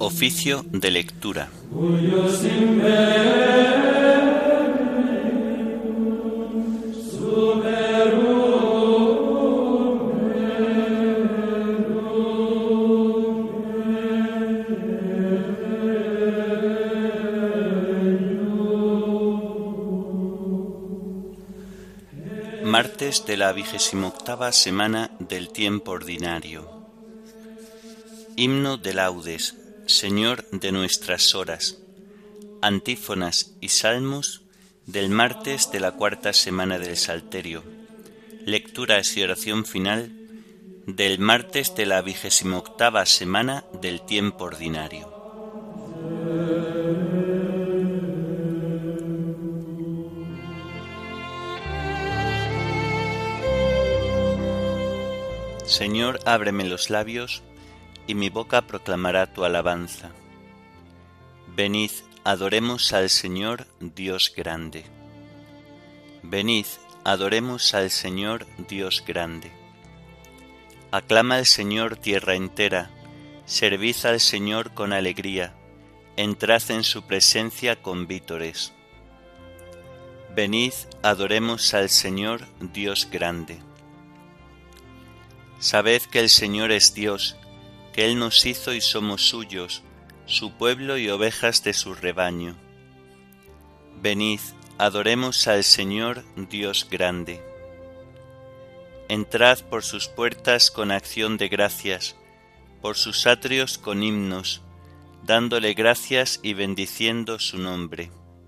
Oficio de lectura. Martes de la 28ª semana del tiempo ordinario. Himno de laudes, Señor de nuestras horas. Antífonas y salmos del martes de la 4ª semana del Salterio. Lecturas y oración final del martes de la 28ª semana del tiempo ordinario. Señor, ábreme los labios, y mi boca proclamará tu alabanza. Venid, adoremos al Señor, Dios grande. Venid, adoremos al Señor, Dios grande. Aclama al Señor tierra entera, servid al Señor con alegría, entrad en su presencia con vítores. Venid, adoremos al Señor, Dios grande. Sabed que el Señor es Dios, que Él nos hizo y somos suyos, su pueblo y ovejas de su rebaño. Venid, adoremos al Señor, Dios grande. Entrad por sus puertas con acción de gracias, por sus atrios con himnos, dándole gracias y bendiciendo su nombre.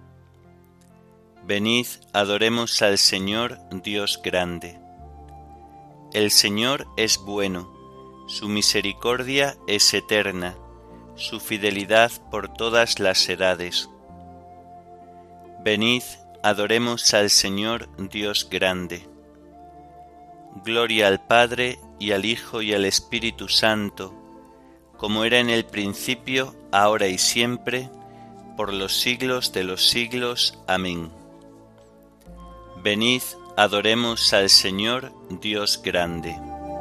Venid, adoremos al Señor, Dios grande. El Señor es bueno, su misericordia es eterna, su fidelidad por todas las edades. Venid, adoremos al Señor, Dios grande. Gloria al Padre, y al Hijo, y al Espíritu Santo, como era en el principio, ahora y siempre, por los siglos de los siglos. Amén. Venid, adoremos al Señor, Dios grande.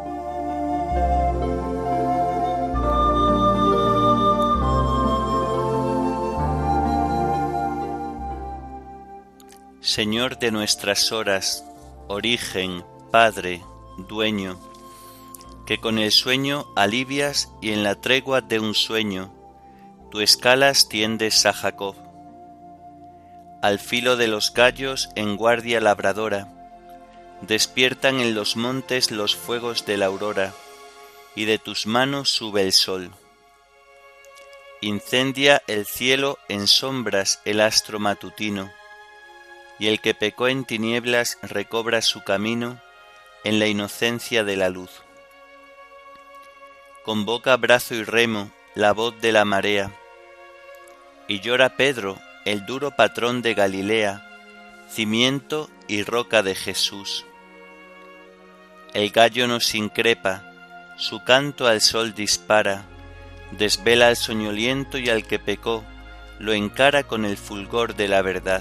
Señor de nuestras horas, origen, Padre, dueño, que con el sueño alivias y en la tregua de un sueño, tu escalas tiendes a Jacob. Al filo de los gallos en guardia labradora, despiertan en los montes los fuegos de la aurora, y de tus manos sube el sol. Incendia el cielo en sombras el astro matutino, y el que pecó en tinieblas recobra su camino en la inocencia de la luz. Convoca brazo y remo la voz de la marea, y llora Pedro, el duro patrón de Galilea, cimiento y roca de Jesús. El gallo nos increpa, su canto al sol dispara, desvela al soñoliento y al que pecó, lo encara con el fulgor de la verdad.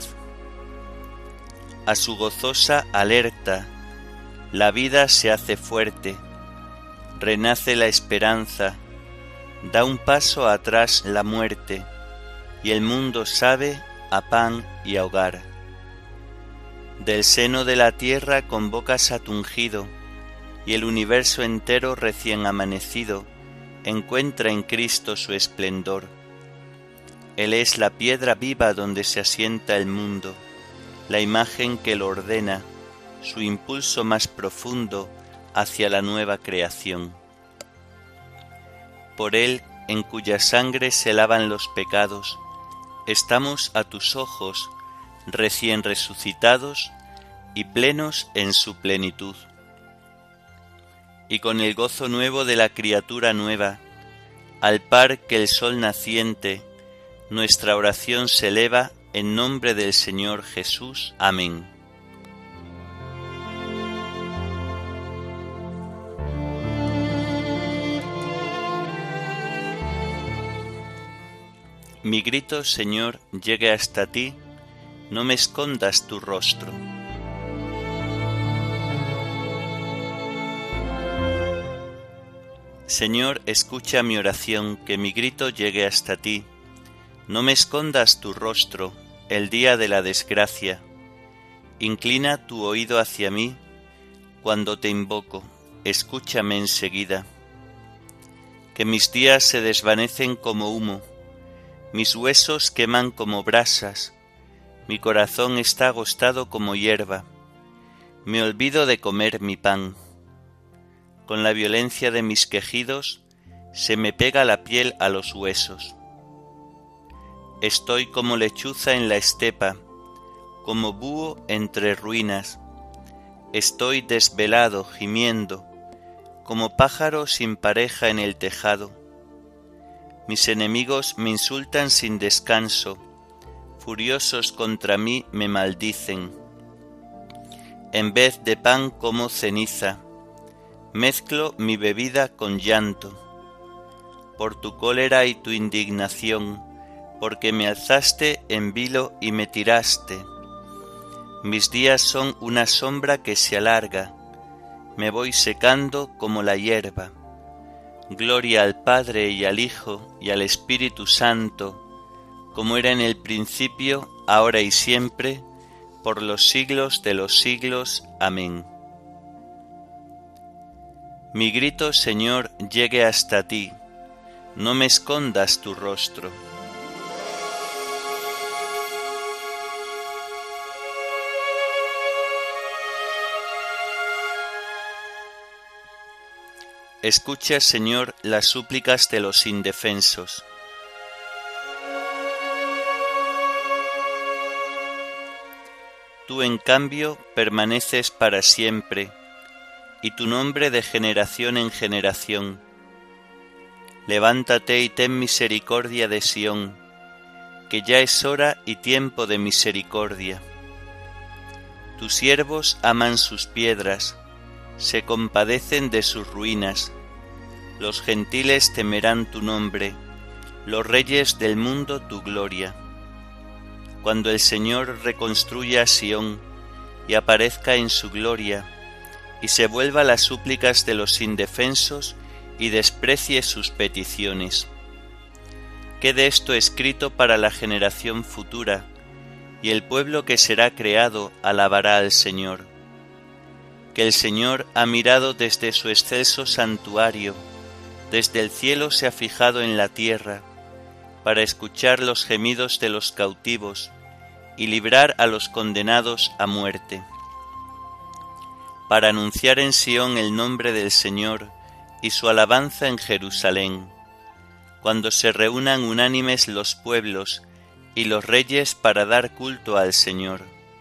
A su gozosa alerta, la vida se hace fuerte, renace la esperanza, da un paso atrás la muerte, y el mundo sabe a pan y a hogar. Del seno de la tierra convocas a tu ungido, y el universo entero recién amanecido encuentra en Cristo su esplendor. Él es la piedra viva donde se asienta el mundo, la imagen que lo ordena, su impulso más profundo hacia la nueva creación. Por Él, en cuya sangre se lavan los pecados, estamos a tus ojos, recién resucitados y plenos en su plenitud. Y con el gozo nuevo de la criatura nueva, al par que el sol naciente, nuestra oración se eleva en nombre del Señor Jesús. Amén. Mi grito, Señor, llegue hasta ti, no me escondas tu rostro. Señor, escucha mi oración, que mi grito llegue hasta ti. No me escondas tu rostro el día de la desgracia. Inclina tu oído hacia mí cuando te invoco, escúchame enseguida. Que mis días se desvanecen como humo, mis huesos queman como brasas, mi corazón está agostado como hierba, me olvido de comer mi pan. Con la violencia de mis quejidos se me pega la piel a los huesos. Estoy como lechuza en la estepa, como búho entre ruinas. Estoy desvelado, gimiendo, como pájaro sin pareja en el tejado. Mis enemigos me insultan sin descanso, furiosos contra mí me maldicen. En vez de pan como ceniza, mezclo mi bebida con llanto. Por tu cólera y tu indignación, porque me alzaste en vilo y me tiraste. Mis días son una sombra que se alarga, me voy secando como la hierba. Gloria al Padre y al Hijo y al Espíritu Santo, como era en el principio, ahora y siempre, por los siglos de los siglos. Amén. Mi grito, Señor, llegue hasta ti, no me escondas tu rostro. Escucha, Señor, las súplicas de los indefensos. Tú, en cambio, permaneces para siempre, y tu nombre de generación en generación. Levántate y ten misericordia de Sión, que ya es hora y tiempo de misericordia. Tus siervos aman sus piedras, se compadecen de sus ruinas. Los gentiles temerán tu nombre, los reyes del mundo tu gloria. Cuando el Señor reconstruya Sión y aparezca en su gloria, y se vuelva a las súplicas de los indefensos y desprecie sus peticiones. Quede esto escrito para la generación futura, y el pueblo que será creado alabará al Señor. Que el Señor ha mirado desde su excelso santuario, desde el cielo se ha fijado en la tierra, para escuchar los gemidos de los cautivos y librar a los condenados a muerte, para anunciar en Sión el nombre del Señor y su alabanza en Jerusalén, cuando se reúnan unánimes los pueblos y los reyes para dar culto al Señor.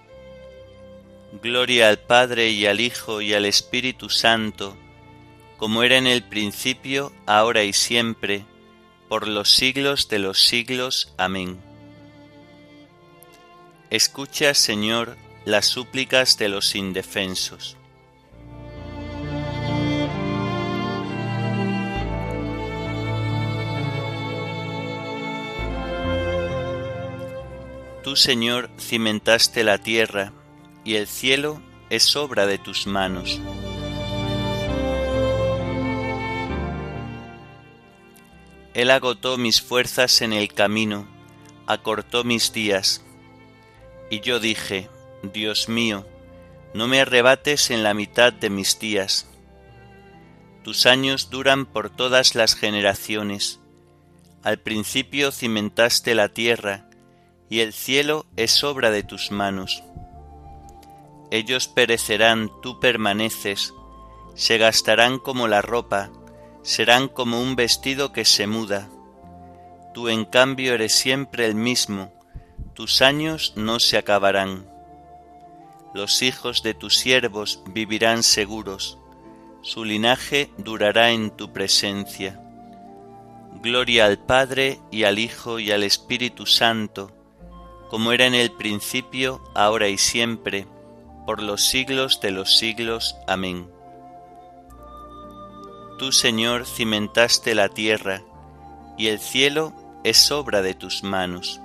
Gloria al Padre y al Hijo y al Espíritu Santo, como era en el principio, ahora y siempre, por los siglos de los siglos. Amén. Escucha, Señor, las súplicas de los indefensos. Tú, Señor, cimentaste la tierra, y el cielo es obra de tus manos. Él agotó mis fuerzas en el camino, acortó mis días. Y yo dije, Dios mío, no me arrebates en la mitad de mis días. Tus años duran por todas las generaciones. Al principio cimentaste la tierra, y el cielo es obra de tus manos. Ellos perecerán, tú permaneces, se gastarán como la ropa, serán como un vestido que se muda. Tú, en cambio, eres siempre el mismo, tus años no se acabarán. Los hijos de tus siervos vivirán seguros, su linaje durará en tu presencia. Gloria al Padre y al Hijo y al Espíritu Santo, como era en el principio, ahora y siempre, por los siglos de los siglos. Amén. Tú, Señor, cimentaste la tierra, y el cielo es obra de tus manos.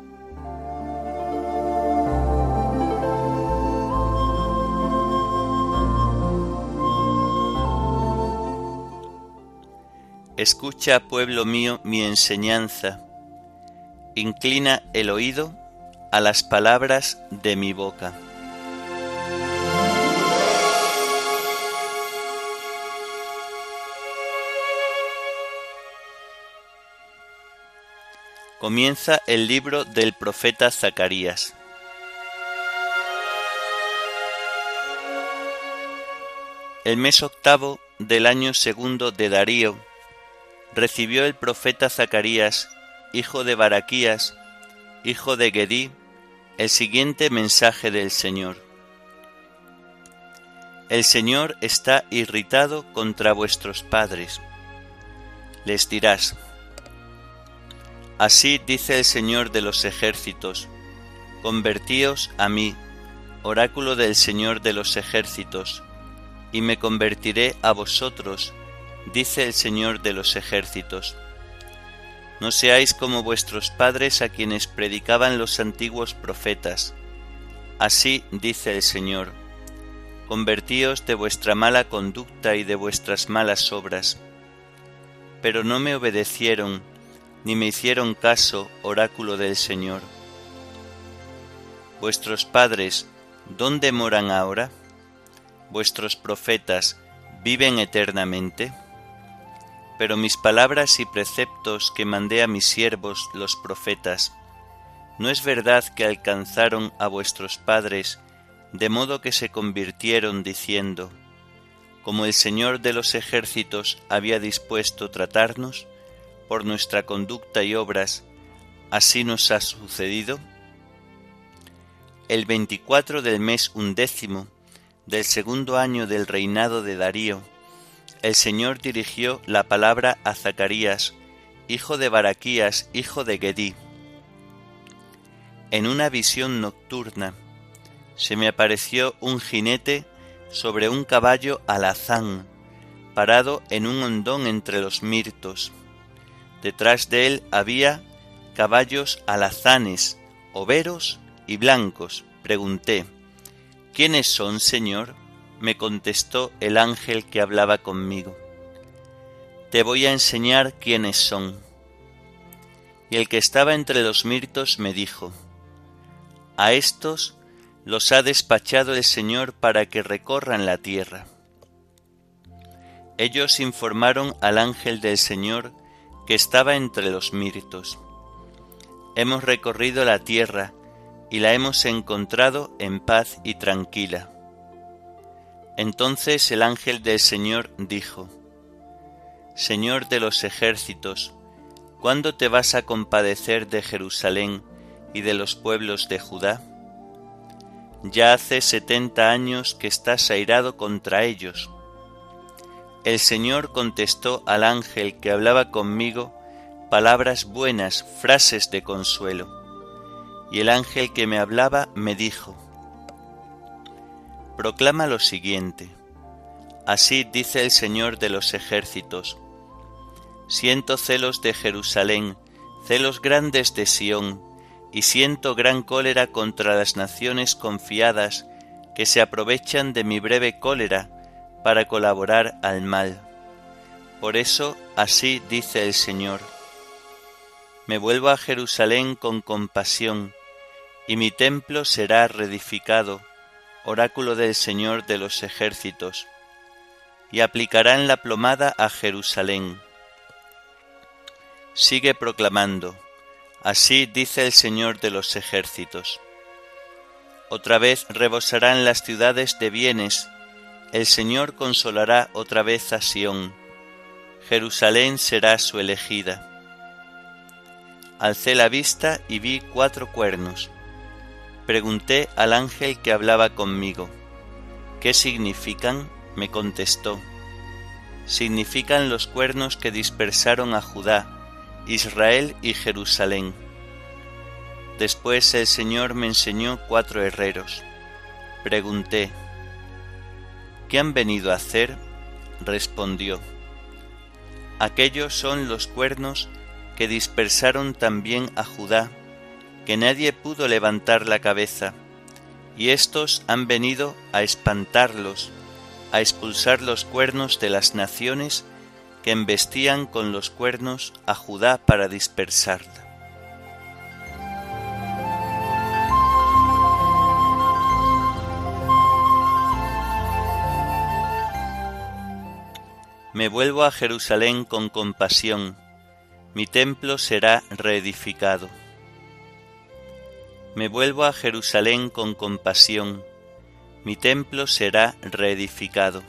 Escucha, pueblo mío, mi enseñanza. Inclina el oído a las palabras de mi boca. Comienza el libro del profeta Zacarías. El mes octavo del año segundo de Darío, recibió el profeta Zacarías, hijo de Baraquías, hijo de Gedí, el siguiente mensaje del Señor. El Señor está irritado contra vuestros padres. Les dirás: así dice el Señor de los ejércitos, convertíos a mí, oráculo del Señor de los ejércitos, y me convertiré a vosotros, dice el Señor de los ejércitos. No seáis como vuestros padres a quienes predicaban los antiguos profetas. Así dice el Señor: convertíos de vuestra mala conducta y de vuestras malas obras. Pero no me obedecieron, ni me hicieron caso, oráculo del Señor. Vuestros padres, ¿dónde moran ahora? Vuestros profetas, ¿viven eternamente? Pero mis palabras y preceptos que mandé a mis siervos, los profetas, ¿no es verdad que alcanzaron a vuestros padres, de modo que se convirtieron diciendo: como el Señor de los ejércitos había dispuesto tratarnos, por nuestra conducta y obras, así nos ha sucedido? El 24 del mes 11 del segundo año del reinado de Darío, el Señor dirigió la palabra a Zacarías, hijo de Baraquías, hijo de Gedí. En una visión nocturna, se me apareció un jinete sobre un caballo alazán, parado en un hondón entre los mirtos. Detrás de él había caballos alazanes, overos y blancos. Pregunté: ¿quiénes son, Señor? Me contestó el ángel que hablaba conmigo: te voy a enseñar quiénes son. Y el que estaba entre los mirtos me dijo: a estos los ha despachado el Señor para que recorran la tierra. Ellos informaron al ángel del Señor que estaba entre los mirtos: hemos recorrido la tierra y la hemos encontrado en paz y tranquila. Entonces el ángel del Señor dijo: Señor de los ejércitos, ¿cuándo te vas a compadecer de Jerusalén y de los pueblos de Judá? Ya hace 70 años que estás airado contra ellos. El Señor contestó al ángel que hablaba conmigo palabras buenas, frases de consuelo. Y el ángel que me hablaba me dijo: proclama lo siguiente: así dice el Señor de los ejércitos, siento celos de Jerusalén, celos grandes de Sión, y siento gran cólera contra las naciones confiadas que se aprovechan de mi breve cólera para colaborar al mal. Por eso, así dice el Señor: me vuelvo a Jerusalén con compasión, y mi templo será reedificado, oráculo del Señor de los ejércitos, y aplicarán la plomada a Jerusalén. Sigue proclamando: así dice el Señor de los ejércitos. Otra vez rebosarán las ciudades de bienes, el Señor consolará otra vez a Sión, Jerusalén será su elegida. Alcé la vista y vi 4 cuernos. Pregunté al ángel que hablaba conmigo: ¿qué significan? Me contestó: significan los cuernos que dispersaron a Judá, Israel y Jerusalén. Después el Señor me enseñó 4 herreros. Pregunté: ¿qué han venido a hacer? Respondió: aquellos son los cuernos que dispersaron también a Judá, que nadie pudo levantar la cabeza, y éstos han venido a espantarlos, a expulsar los cuernos de las naciones que embestían con los cuernos a Judá para dispersarla. Me vuelvo a Jerusalén con compasión, mi templo será reedificado. Me vuelvo a Jerusalén con compasión, mi templo será reedificado.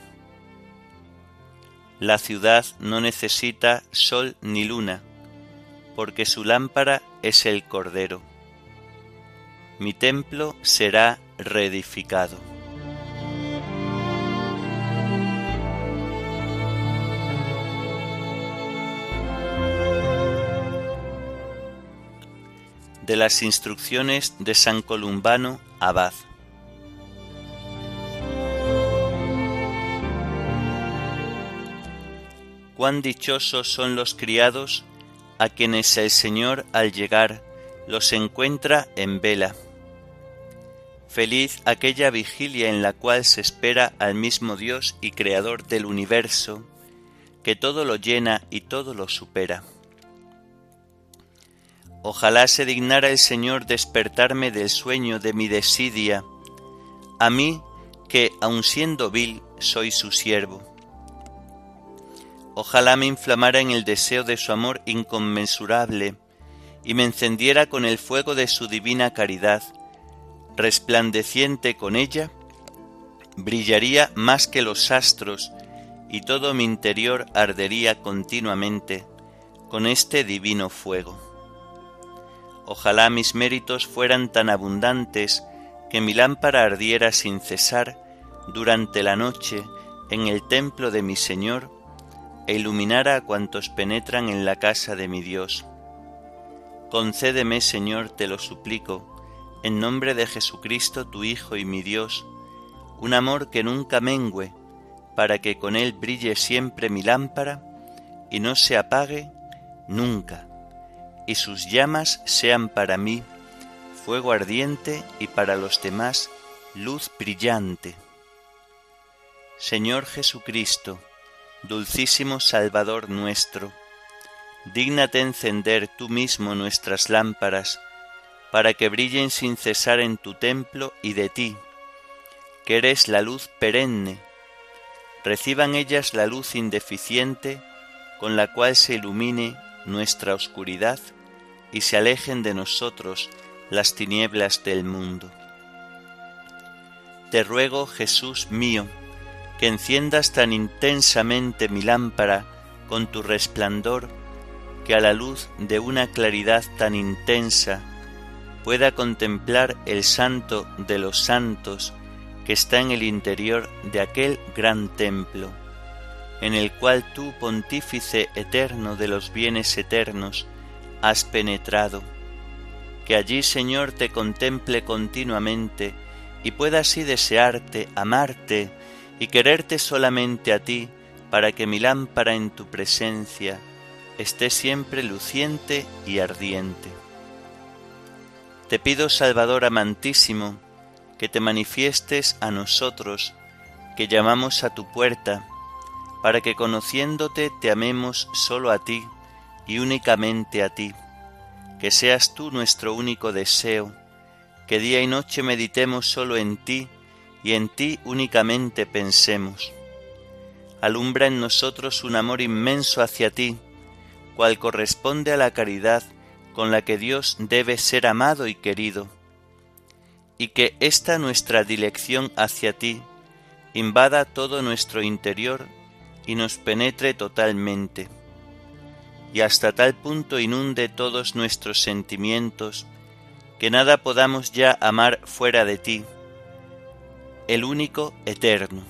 La ciudad no necesita sol ni luna, porque su lámpara es el Cordero. Mi templo será reedificado. De las instrucciones de San Columbano, abad. Cuán dichosos son los criados a quienes el Señor al llegar los encuentra en vela. Feliz aquella vigilia en la cual se espera al mismo Dios y Creador del universo, que todo lo llena y todo lo supera. Ojalá se dignara el Señor despertarme del sueño de mi desidia, a mí que, aun siendo vil, soy su siervo. Ojalá me inflamara en el deseo de su amor inconmensurable y me encendiera con el fuego de su divina caridad, resplandeciente con ella, brillaría más que los astros y todo mi interior ardería continuamente con este divino fuego. Ojalá mis méritos fueran tan abundantes que mi lámpara ardiera sin cesar durante la noche en el templo de mi Señor e iluminara a cuantos penetran en la casa de mi Dios. Concédeme, Señor, te lo suplico, en nombre de Jesucristo, tu Hijo y mi Dios, un amor que nunca mengüe, para que con él brille siempre mi lámpara y no se apague nunca, y sus llamas sean para mí fuego ardiente y para los demás luz brillante. Señor Jesucristo, dulcísimo Salvador nuestro, dígnate encender tú mismo nuestras lámparas, para que brillen sin cesar en tu templo y de ti, que eres la luz perenne, reciban ellas la luz indeficiente con la cual se ilumine nuestra oscuridad y se alejen de nosotros las tinieblas del mundo. Te ruego, Jesús mío, que enciendas tan intensamente mi lámpara con tu resplandor, que a la luz de una claridad tan intensa pueda contemplar el Santo de los Santos que está en el interior de aquel gran templo, en el cual tú, Pontífice eterno de los bienes eternos, has penetrado, que allí, Señor, te contemple continuamente y pueda así desearte, amarte y quererte solamente a ti, para que mi lámpara en tu presencia esté siempre luciente y ardiente. Te pido, Salvador amantísimo, que te manifiestes a nosotros, que llamamos a tu puerta, para que conociéndote te amemos solo a ti y únicamente a ti, que seas tú nuestro único deseo, que día y noche meditemos solo en ti y en ti únicamente pensemos. Alumbra en nosotros un amor inmenso hacia ti, cual corresponde a la caridad con la que Dios debe ser amado y querido, y que esta nuestra dilección hacia ti invada todo nuestro interior y nos penetre totalmente, y hasta tal punto inunde todos nuestros sentimientos que nada podamos ya amar fuera de ti, el único eterno.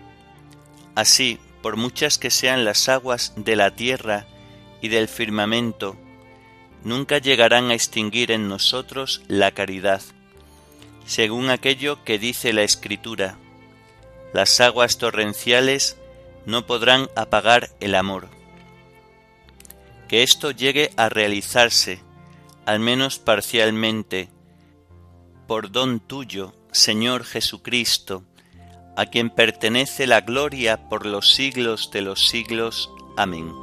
Así, por muchas que sean las aguas de la tierra y del firmamento, nunca llegarán a extinguir en nosotros la caridad, según aquello que dice la Escritura: las aguas torrenciales no podrán apagar el amor. Que esto llegue a realizarse, al menos parcialmente, por don tuyo, Señor Jesucristo, a quien pertenece la gloria por los siglos de los siglos. Amén.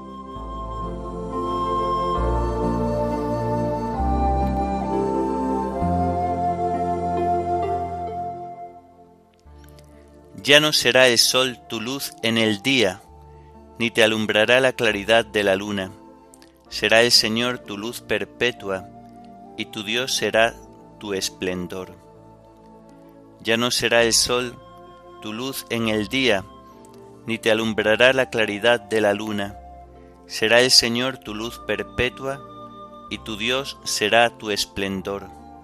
Ya no será el sol tu luz en el día, ni te alumbrará la claridad de la luna. Será el Señor tu luz perpetua, y tu Dios será tu esplendor. Ya no será el sol tu luz en el día, ni te alumbrará la claridad de la luna. Será el Señor tu luz perpetua, y tu Dios será tu esplendor.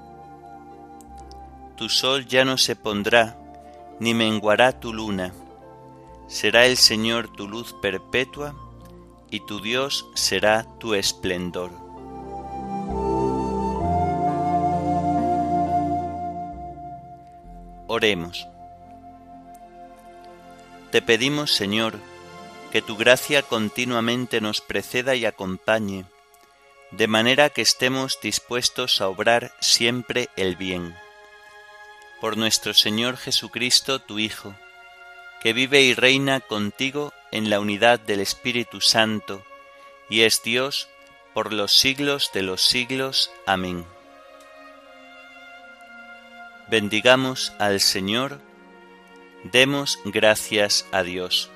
Tu sol ya no se pondrá, ni menguará tu luna. Será el Señor tu luz perpetua, y tu Dios será tu esplendor. Oremos. Te pedimos, Señor, que tu gracia continuamente nos preceda y acompañe, de manera que estemos dispuestos a obrar siempre el bien. Por nuestro Señor Jesucristo, tu Hijo, que vive y reina contigo en la unidad del Espíritu Santo, y es Dios por los siglos de los siglos. Amén. Bendigamos al Señor, demos gracias a Dios.